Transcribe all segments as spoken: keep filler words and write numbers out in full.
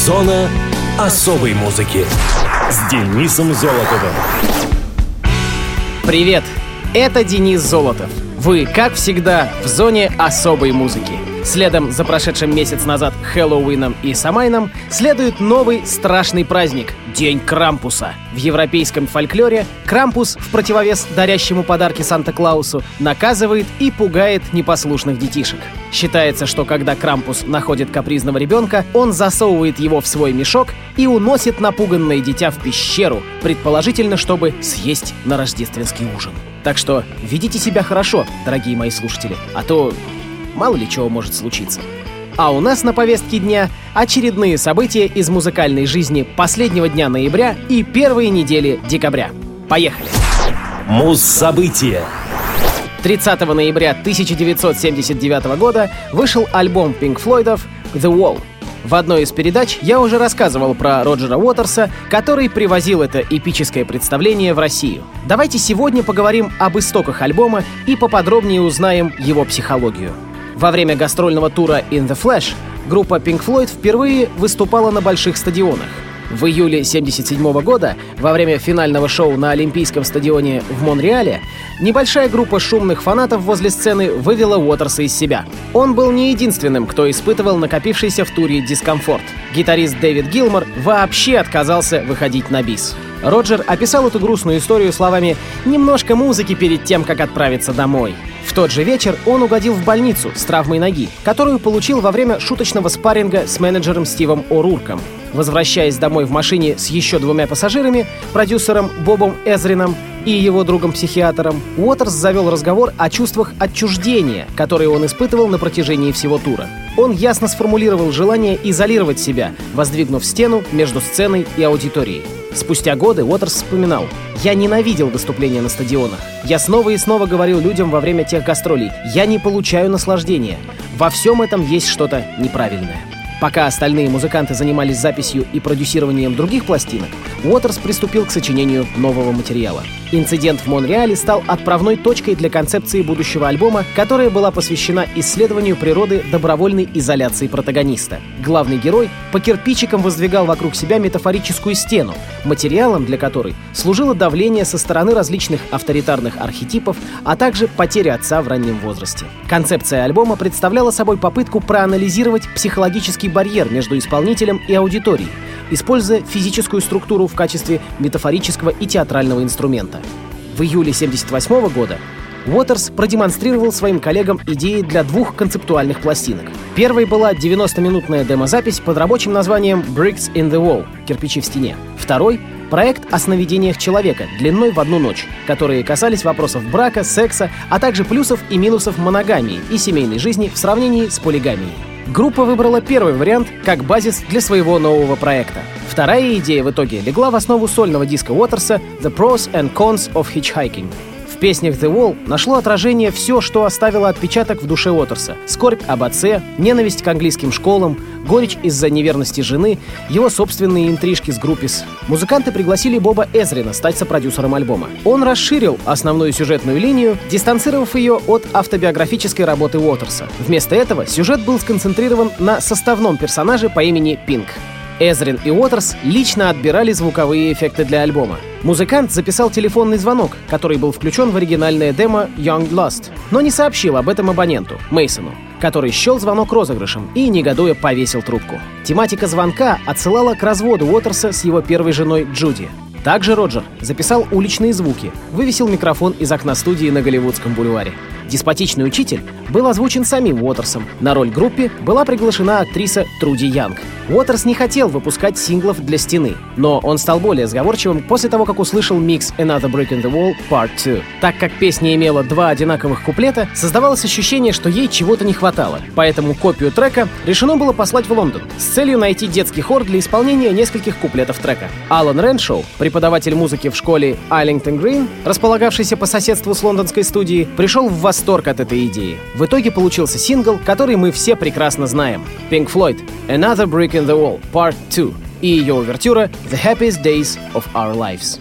Зона особой музыки с Денисом Золотовым. Привет, это Денис Золотов. Вы, как всегда, в зоне особой музыки. Следом за прошедшим месяц назад Хэллоуином и Самайном следует новый страшный праздник — День Крампуса. В европейском фольклоре Крампус, в противовес дарящему подарки Санта-Клаусу, наказывает и пугает непослушных детишек. Считается, что когда Крампус находит капризного ребенка, он засовывает его в свой мешок и уносит напуганное дитя в пещеру, предположительно, чтобы съесть на рождественский ужин. Так что ведите себя хорошо, дорогие мои слушатели, а то мало ли чего может случиться. А у нас на повестке дня очередные события из музыкальной жизни последнего дня ноября и первой недели декабря. Поехали! Муз-события. тридцатого ноября тысяча девятьсот семьдесят девятого года вышел альбом Pink Floyd'ов «The Wall». В одной из передач я уже рассказывал про Роджера Уотерса, который привозил это эпическое представление в Россию. Давайте сегодня поговорим об истоках альбома и поподробнее узнаем его психологию. Во время гастрольного тура In The Flash группа Pink Floyd впервые выступала на больших стадионах. В июле семьдесят седьмого года, во время финального шоу на Олимпийском стадионе в Монреале, небольшая группа шумных фанатов возле сцены вывела Уотерса из себя. Он был не единственным, кто испытывал накопившийся в туре дискомфорт. Гитарист Дэвид Гилмор вообще отказался выходить на бис. Роджер описал эту грустную историю словами «немножко музыки перед тем, как отправиться домой». В тот же вечер он угодил в больницу с травмой ноги, которую получил во время шуточного спарринга с менеджером Стивом О'Рурком. Возвращаясь домой в машине с еще двумя пассажирами, продюсером Бобом Эзрином и его другом-психиатром, Уотерс завел разговор о чувствах отчуждения, которые он испытывал на протяжении всего тура. Он ясно сформулировал желание изолировать себя, воздвигнув стену между сценой и аудиторией. Спустя годы Уотерс вспоминал: «Я ненавидел выступления на стадионах. Я снова и снова говорил людям во время тех гастролей: я не получаю наслаждения. Во всем этом есть что-то неправильное». Пока остальные музыканты занимались записью и продюсированием других пластинок, Уотерс приступил к сочинению нового материала. Инцидент в Монреале стал отправной точкой для концепции будущего альбома, которая была посвящена исследованию природы добровольной изоляции протагониста. Главный герой по кирпичикам воздвигал вокруг себя метафорическую стену, материалом для которой служило давление со стороны различных авторитарных архетипов, а также потеря отца в раннем возрасте. Концепция альбома представляла собой попытку проанализировать психологический барьер между исполнителем и аудиторией, используя физическую структуру в качестве метафорического и театрального инструмента. В июле семьдесят восьмого года Уотерс продемонстрировал своим коллегам идеи для двух концептуальных пластинок. Первой была девяностоминутная демозапись под рабочим названием «Bricks in the Wall» — «Кирпичи в стене». Второй — проект о сновидениях человека длиной в одну ночь, которые касались вопросов брака, секса, а также плюсов и минусов моногамии и семейной жизни в сравнении с полигамией. Группа выбрала первый вариант как базис для своего нового проекта. Вторая идея в итоге легла в основу сольного диска Уотерса «The Pros and Cons of Hitchhiking». В песнях «The Wall» нашло отражение все, что оставило отпечаток в душе Уотерса: скорбь об отце, ненависть к английским школам, горечь из-за неверности жены, его собственные интрижки с группис. Музыканты пригласили Боба Эзрина стать сопродюсером альбома. Он расширил основную сюжетную линию, дистанцировав ее от автобиографической работы Уотерса. Вместо этого сюжет был сконцентрирован на составном персонаже по имени Пинк. Эзрин и Уотерс лично отбирали звуковые эффекты для альбома. Музыкант записал телефонный звонок, который был включен в оригинальное демо «Young Lust», но не сообщил об этом абоненту, Мейсону, который счел звонок розыгрышем и, негодуя, повесил трубку. Тематика звонка отсылала к разводу Уотерса с его первой женой Джуди. Также Роджер записал уличные звуки, вывесил микрофон из окна студии на Голливудском бульваре. Деспотичный учитель был озвучен самим Уотерсом. На роль группе была приглашена актриса Труди Янг. Уотерс не хотел выпускать синглов для стены, но он стал более сговорчивым после того, как услышал микс «Another Brick in the Wall Part два». Так как песня имела два одинаковых куплета, создавалось ощущение, что ей чего-то не хватало. Поэтому копию трека решено было послать в Лондон с целью найти детский хор для исполнения нескольких куплетов трека. Алан Реншоу, преподаватель музыки в школе Айлингтон Грин, располагавшейся по соседству с лондонской студией, пришел в восторг от этой идеи. В итоге получился сингл, который мы все прекрасно знаем. Pink Floyd «Another Brick in the Wall Part два» и ее увертюра «The Happiest Days of Our Lives».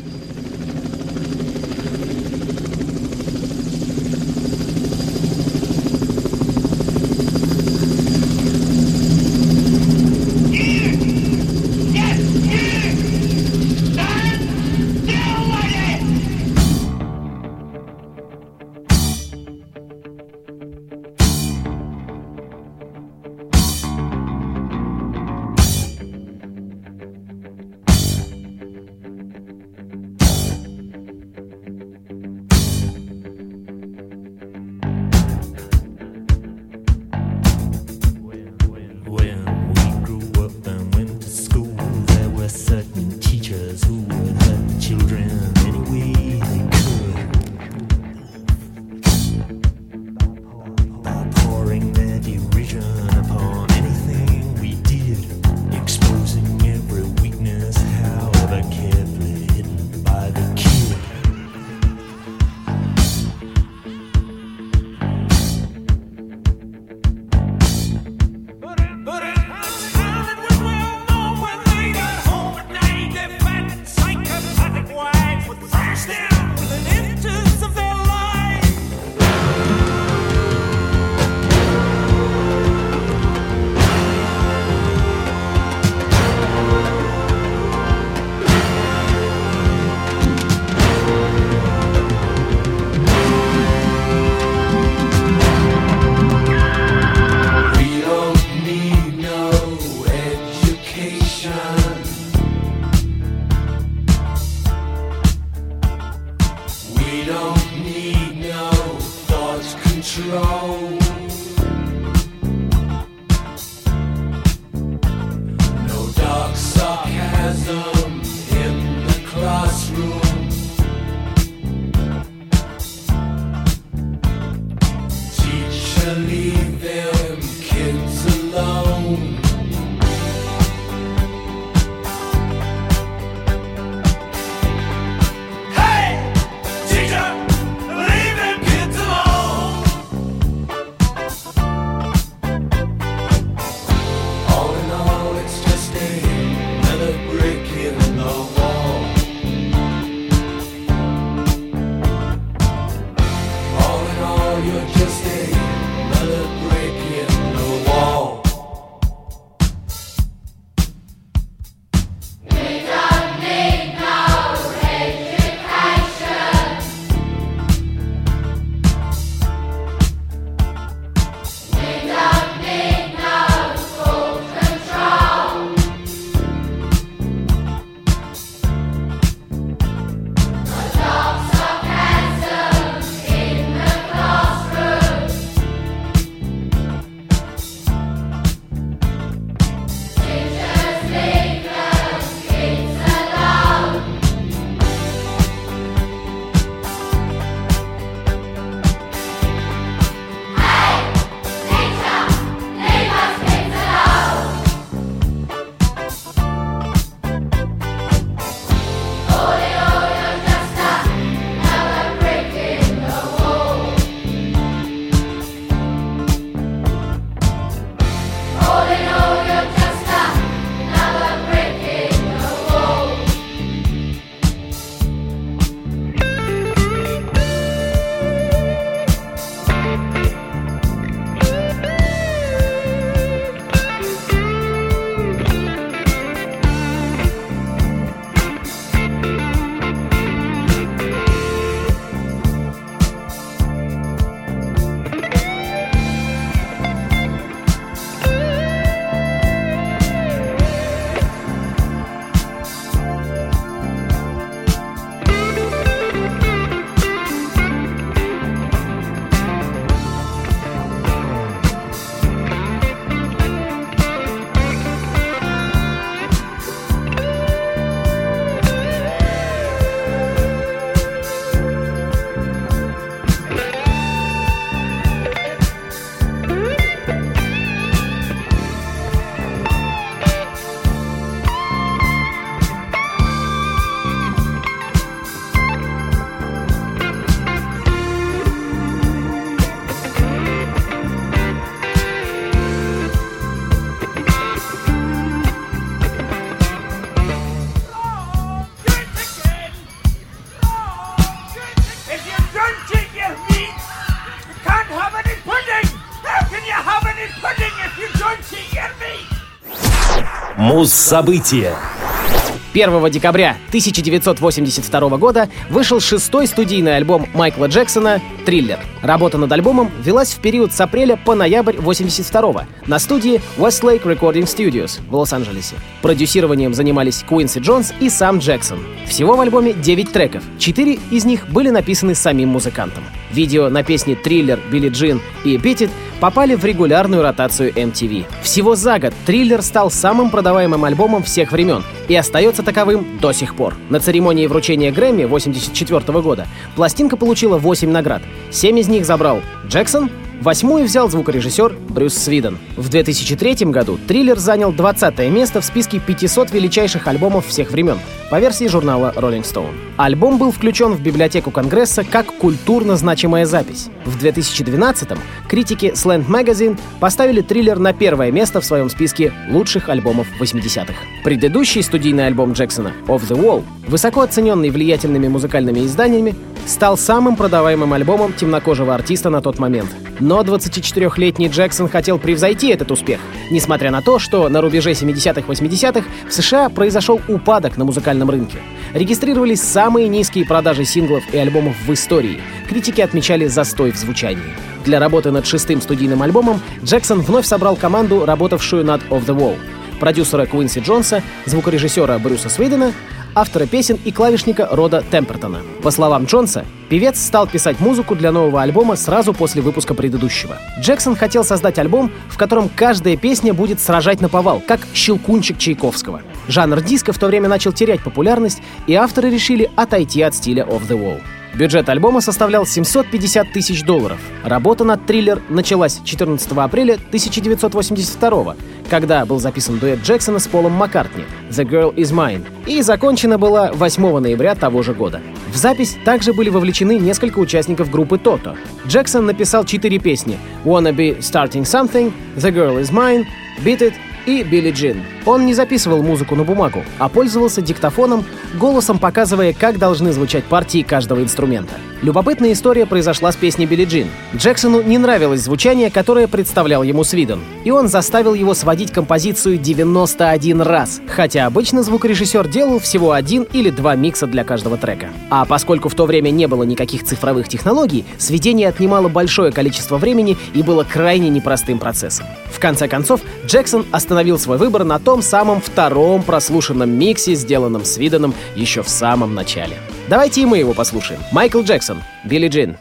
Муз-события. первого декабря тысяча девятьсот восемьдесят второго года вышел шестой студийный альбом Майкла Джексона «Триллер». Работа над альбомом велась в период с апреля по ноябрь восемьдесят второго на студии Westlake Recording Studios в Лос-Анджелесе. Продюсированием занимались Куинси Джонс и сам Джексон. Всего в альбоме девять треков, четыре из них были написаны самим музыкантом. Видео на песни «Триллер», «Билли Джин» и «Beat It» попали в регулярную ротацию эм ти ви. Всего за год «Триллер» стал самым продаваемым альбомом всех времен и остается таковым до сих пор. На церемонии вручения Грэмми восемьдесят четвёртого года пластинка получила восемь наград. семь из них забрал Джексон, восьмую взял звукорежиссер Брюс Свиден. В две тысячи третьем году «Триллер» занял двадцатое место в списке пятисот величайших альбомов всех времен по версии журнала Rolling Stone. Альбом был включен в библиотеку Конгресса как культурно значимая запись. В две тысячи двенадцатом критики Slant Magazine поставили «Триллер» на первое место в своем списке лучших альбомов восьмидесятых. Предыдущий студийный альбом Джексона «Off the Wall», высоко оцененный влиятельными музыкальными изданиями, стал самым продаваемым альбомом темнокожего артиста на тот момент. Но двадцатичетырёхлетний Джексон хотел превзойти этот успех, несмотря на то, что на рубеже семидесятых-восьмидесятых в США произошел упадок на музыкальном рынке. Регистрировались самые низкие продажи синглов и альбомов в истории. Критики отмечали застой в звучании. Для работы над шестым студийным альбомом Джексон вновь собрал команду, работавшую над «Off the Wall». Продюсера Куинси Джонса, звукорежиссера Брюса Свидена, автора песен и клавишника Рода Темпертона. По словам Джонса, певец стал писать музыку для нового альбома сразу после выпуска предыдущего. Джексон хотел создать альбом, в котором каждая песня будет сражать наповал, как «Щелкунчик» Чайковского. Жанр диска в то время начал терять популярность, и авторы решили отойти от стиля «Off the Wall». Бюджет альбома составлял семьсот пятьдесят тысяч долларов. Работа над «Триллер» началась четырнадцатого апреля тысяча девятьсот восемьдесят второго, когда был записан дуэт Джексона с Полом Маккартни «The Girl Is Mine», и закончена была восьмого ноября того же года. В запись также были вовлечены несколько участников группы Toto. Джексон написал четыре песни «Wanna Be Starting Something», «The Girl Is Mine», «Beat It» и «Билли Джин». Он не записывал музыку на бумагу, а пользовался диктофоном, голосом показывая, как должны звучать партии каждого инструмента. Любопытная история произошла с песней «Билли Джин». Джексону не нравилось звучание, которое представлял ему Свиден, и он заставил его сводить композицию девяносто один раз, хотя обычно звукорежиссер делал всего один или два микса для каждого трека. А поскольку в то время не было никаких цифровых технологий, сведение отнимало большое количество времени и было крайне непростым процессом. В конце концов, Джексон остановил свой выбор на том самом втором прослушанном миксе, сделанном Свиденом еще в самом начале. Давайте и мы его послушаем. Майкл Джексон, «Билли Джин».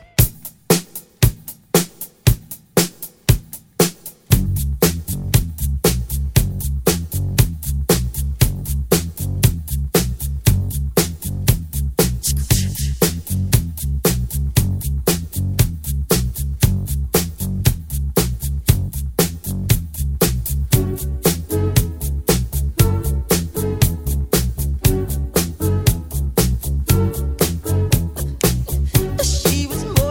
She was more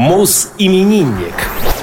Муз-именинник.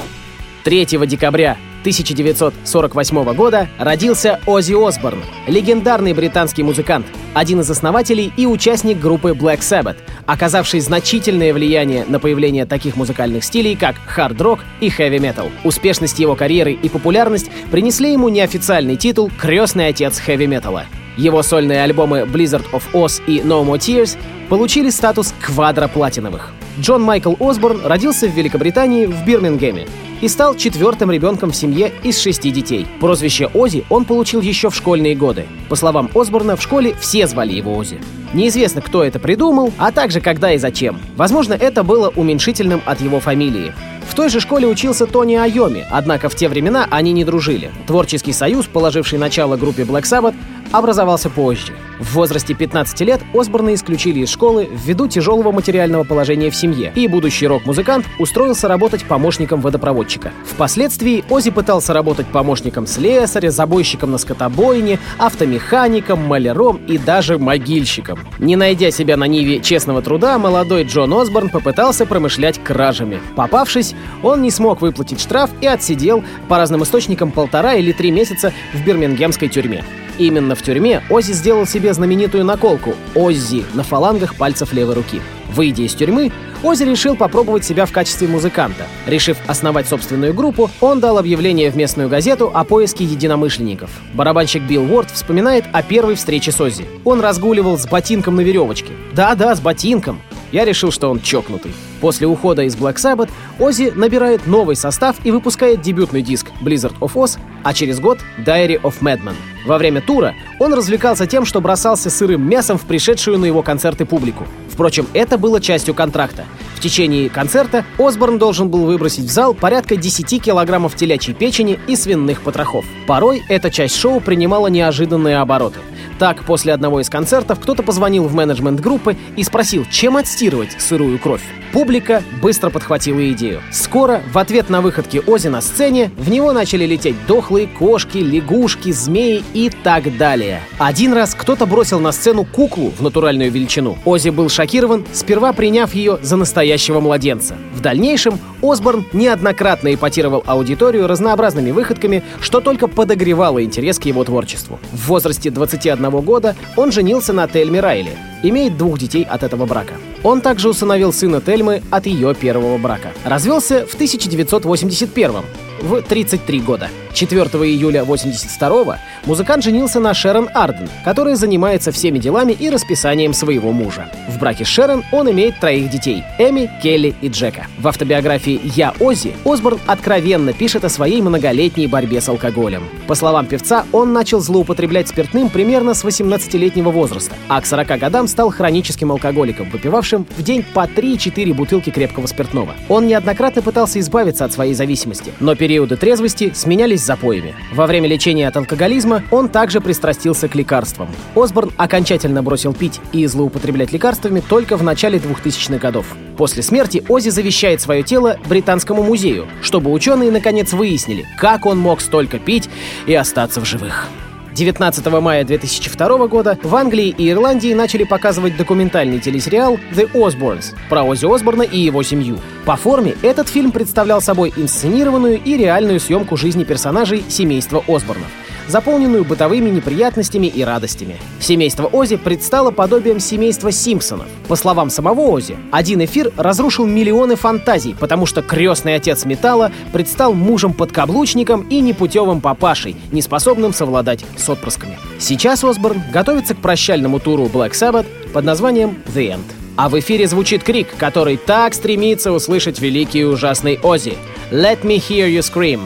третьего декабря тысяча девятьсот сорок восьмого года родился Оззи Осборн, легендарный британский музыкант, один из основателей и участник группы Black Sabbath, оказавший значительное влияние на появление таких музыкальных стилей, как хард-рок и хэви-метал. Успешность его карьеры и популярность принесли ему неофициальный титул «Крестный отец хэви-металла». Его сольные альбомы Blizzard of Oz и No More Tears получили статус квадроплатиновых. Джон Майкл Осборн родился в Великобритании в Бирмингеме и стал четвертым ребенком в семье из шести детей. Прозвище Оззи он получил еще в школьные годы. По словам Осборна, в школе все звали его Оззи. Неизвестно, кто это придумал, а также когда и зачем. Возможно, это было уменьшительным от его фамилии. В той же школе учился Тони Айоми, однако в те времена они не дружили. Творческий союз, положивший начало группе Black Sabbath, образовался позже. В возрасте пятнадцати лет Осборна исключили из школы ввиду тяжелого материального положения в семье, и будущий рок-музыкант устроился работать помощником водопроводчика. Впоследствии Оззи пытался работать помощником слесаря, забойщиком на скотобойне, автомехаником, маляром и даже могильщиком. Не найдя себя на ниве честного труда, молодой Джон Осборн попытался промышлять кражами. Попавшись, он не смог выплатить штраф и отсидел, по разным источникам, полтора или три месяца в бирмингемской тюрьме. Именно в тюрьме Оззи сделал себе знаменитую наколку «Оззи» на фалангах пальцев левой руки. Выйдя из тюрьмы, Оззи решил попробовать себя в качестве музыканта. Решив основать собственную группу, он дал объявление в местную газету о поиске единомышленников. Барабанщик Билл Уорд вспоминает о первой встрече с Оззи. Он разгуливал с ботинком на веревочке. Да-да, с ботинком. Я решил, что он чокнутый. После ухода из Black Sabbath Оззи набирает новый состав и выпускает дебютный диск Blizzard of Oz, а через год Diary of Madman. Во время тура он развлекался тем, что бросался сырым мясом в пришедшую на его концерты публику. Впрочем, это было частью контракта. В течение концерта Осборн должен был выбросить в зал порядка десяти килограммов телячьей печени и свиных потрохов. Порой эта часть шоу принимала неожиданные обороты. Так, после одного из концертов кто-то позвонил в менеджмент группы и спросил, чем отстирывать сырую кровь. Публика быстро подхватила идею. Скоро, в ответ на выходки Оззи на сцене, в него начали лететь дохлые кошки, лягушки, змеи и так далее. Один раз кто-то бросил на сцену куклу в натуральную величину. Оззи был шокирован, сперва приняв ее за настоящего младенца. В дальнейшем Осборн неоднократно эпатировал аудиторию разнообразными выходками, что только подогревало интерес к его творчеству. В возрасте двадцати одного года он женился на Тельме Райли, имеет двух детей от этого брака. Он также усыновил сына Тельмы от ее первого брака. Развелся в тысяча девятьсот восемьдесят первом, в тридцать три года. четвёртого июля восемьдесят второго музыкант женился на Шерон Арден, которая занимается всеми делами и расписанием своего мужа. В браке с Шерон он имеет троих детей — Эми, Келли и Джека. В автобиографии «Я Оззи» Осборн откровенно пишет о своей многолетней борьбе с алкоголем. По словам певца, он начал злоупотреблять спиртным примерно с восемнадцатилетнего возраста, а к сорока годам стал хроническим алкоголиком, выпивавшим в день по три-четыре бутылки крепкого спиртного. Он неоднократно пытался избавиться от своей зависимости, но периоды трезвости сменялись запоями. Во время лечения от алкоголизма он также пристрастился к лекарствам. Осборн окончательно бросил пить и злоупотреблять лекарствами только в начале двухтысячных годов. После смерти Оззи завещает свое тело Британскому музею, чтобы ученые наконец выяснили, как он мог столько пить и остаться в живых. девятнадцатого мая две тысячи второго года в Англии и Ирландии начали показывать документальный телесериал «The Osbournes» про Оззи Осборна и его семью. По форме этот фильм представлял собой инсценированную и реальную съемку жизни персонажей семейства Осборнов, заполненную бытовыми неприятностями и радостями. Семейство Оззи предстало подобием семейства Симпсонов. По словам самого Оззи, один эфир разрушил миллионы фантазий, потому что крестный отец металла предстал мужем-подкаблучником и непутевым папашей, неспособным совладать с отпрысками. Сейчас Осборн готовится к прощальному туру Black Sabbath под названием «The End». А в эфире звучит крик, который так стремится услышать великий и ужасный Оззи. «Let me hear you scream».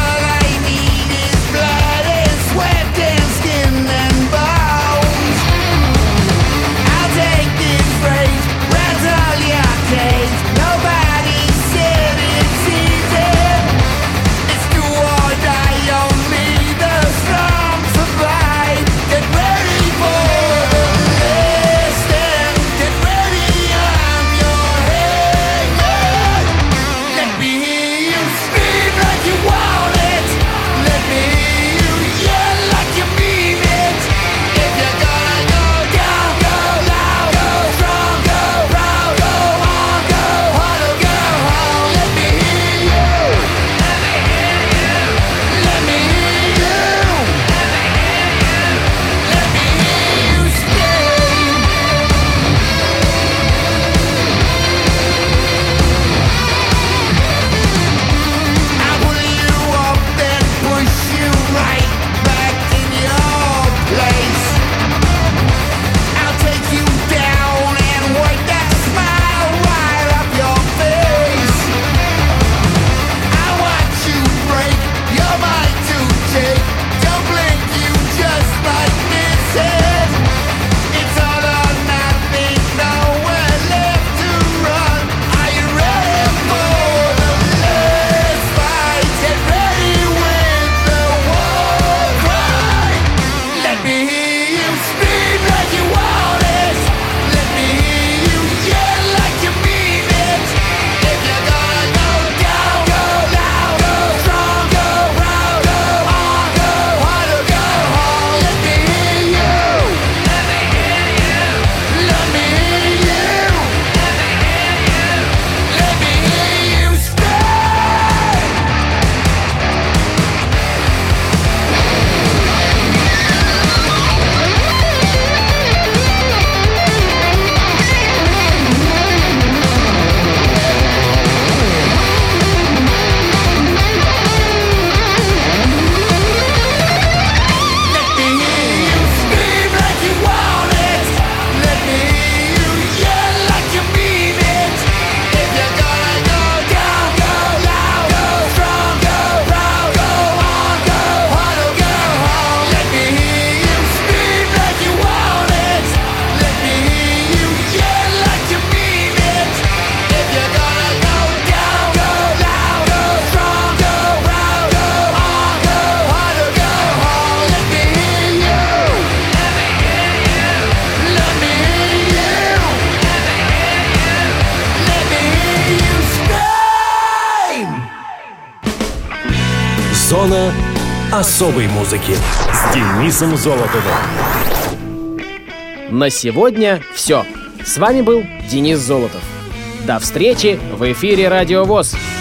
Cause all I need is blood and sweat and skin and bones. Зона особой музыки с Денисом Золотовым. На сегодня все. С вами был Денис Золотов. До встречи в эфире Радио ВОС.